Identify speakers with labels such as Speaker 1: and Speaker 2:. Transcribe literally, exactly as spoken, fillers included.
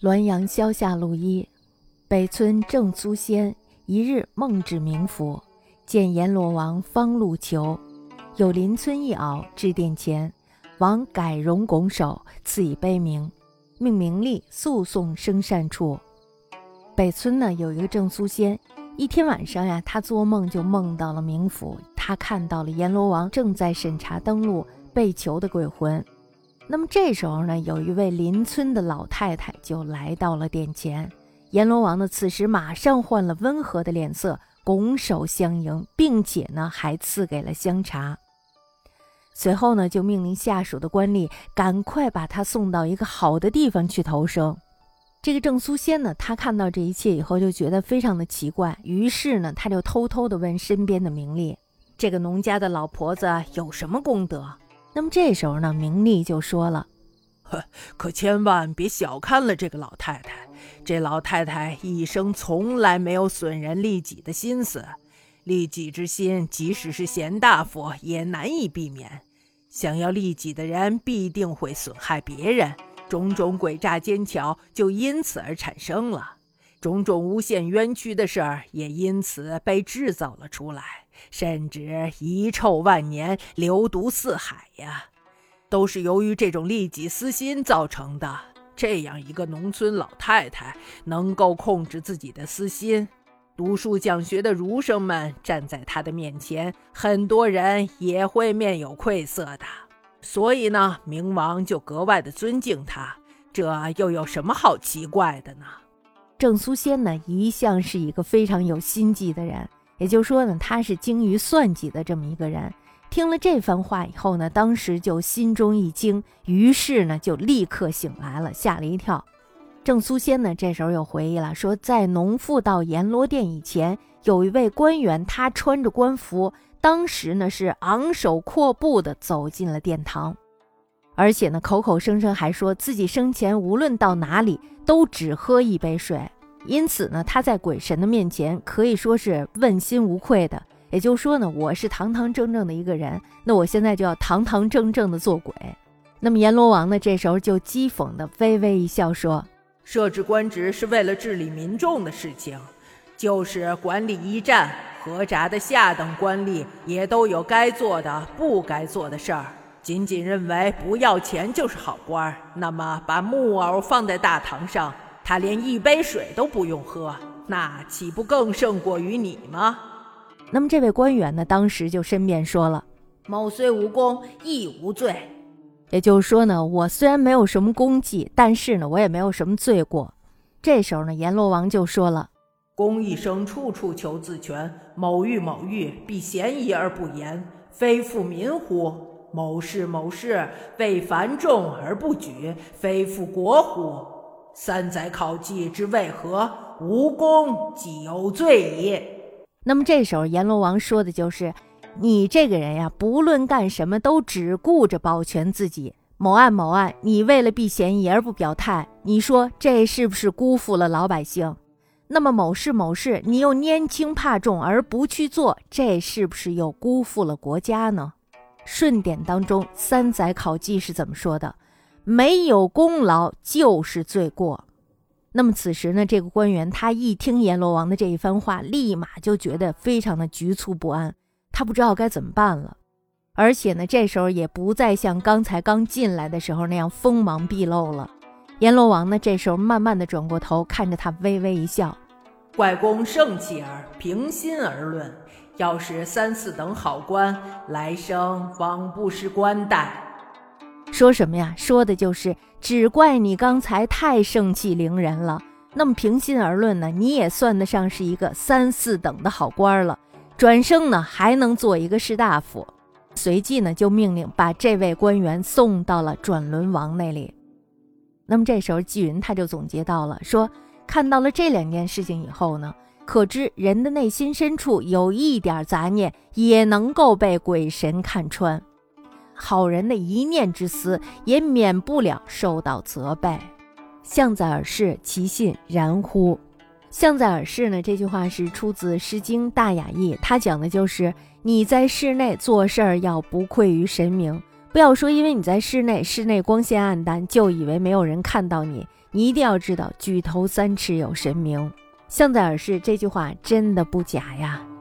Speaker 1: 滦阳萧下路一，北村郑苏仙一日梦至冥府，见阎罗王方路求，有邻村一敖至殿前，王改容拱手，赐以碑名，命名利诉讼生善处。北村呢有一个郑苏仙，一天晚上呀，他做梦就梦到了冥府，他看到了阎罗王正在审查登录被囚的鬼魂。那么这时候呢，有一位邻村的老太太就来到了殿前，阎罗王呢此时马上换了温和的脸色，拱手相迎，并且呢还赐给了香茶。随后呢就命令下属的官吏赶快把他送到一个好的地方去投生。这个郑苏仙呢，他看到这一切以后就觉得非常的奇怪，于是呢他就偷偷地问身边的名利，这个农家的老婆子有什么功德？那么这时候呢，名利就说了，
Speaker 2: 可千万别小看了这个老太太，这老太太一生从来没有损人利己的心思，利己之心即使是贤大夫也难以避免，想要利己的人必定会损害别人，种种诡诈奸巧就因此而产生了，种种诬陷冤屈的事儿也因此被制造了出来，甚至遗臭万年，流毒四海呀，都是由于这种利己私心造成的。这样一个农村老太太能够控制自己的私心，读书讲学的儒生们站在她的面前，很多人也会面有愧色的。所以呢，冥王就格外的尊敬她，这又有什么好奇怪的呢？
Speaker 1: 郑苏仙呢一向是一个非常有心计的人，也就是说呢，他是精于算计的这么一个人。听了这番话以后呢，当时就心中一惊，于是呢就立刻醒来了，吓了一跳。郑苏仙呢这时候又回忆了，说在农妇到阎罗殿以前，有一位官员，他穿着官服，当时呢是昂首阔步地走进了殿堂，而且呢口口声声还说自己生前无论到哪里都只喝一杯水，因此呢他在鬼神的面前可以说是问心无愧的。也就是说呢，我是堂堂正正的一个人，那我现在就要堂堂正正的做鬼。那么阎罗王呢这时候就讥讽的微微一笑说，
Speaker 2: 设置官职是为了治理民众的事情，就是管理驿站合闸的下等官吏也都有该做的不该做的事儿，仅仅认为不要钱就是好官，那么把木偶放在大堂上，他连一杯水都不用喝，那岂不更胜过于你吗？
Speaker 1: 那么这位官员呢当时就申辩说了，
Speaker 2: 某虽无功亦无罪。
Speaker 1: 也就是说呢，我虽然没有什么功绩，但是呢我也没有什么罪过。这时候呢阎罗王就说了，
Speaker 2: 公一生处处求自全，某欲某欲必嫌疑而不言，非负民乎？某事某事为繁重而不举，非负国乎？三载考绩之为何？无功即有罪也。
Speaker 1: 那么这时候阎罗王说的就是你这个人呀，不论干什么都只顾着保全自己，某案某案你为了避嫌疑而不表态，你说这是不是辜负了老百姓？那么某事某事你又拈轻怕重而不去做，这是不是又辜负了国家呢？顺典当中三载考绩是怎么说的？没有功劳就是罪过。那么此时呢，这个官员他一听阎罗王的这一番话，立马就觉得非常的局促不安，他不知道该怎么办了。而且呢，这时候也不再像刚才刚进来的时候那样锋芒毕露了。阎罗王呢，这时候慢慢的转过头，看着他微微一笑，
Speaker 2: 怪公盛气耳，平心而论，要是三四等好官，来生枉不失官待。
Speaker 1: 说什么呀？说的就是只怪你刚才太盛气凌人了，那么平心而论呢，你也算得上是一个三四等的好官了，转生呢还能做一个士大夫。随即呢就命令把这位官员送到了转轮王那里。那么这时候纪云他就总结到了，说看到了这两件事情以后呢，可知人的内心深处有一点杂念也能够被鬼神看穿，好人的一念之私也免不了受到责备。象在耳室，其信然乎？象在耳室呢，这句话是出自《诗经·大雅意》，它讲的就是你在室内做事儿要不愧于神明，不要说因为你在室内，室内光线暗淡就以为没有人看到你， 你一定要知道举头三尺有神明。象在耳室这句话真的不假呀，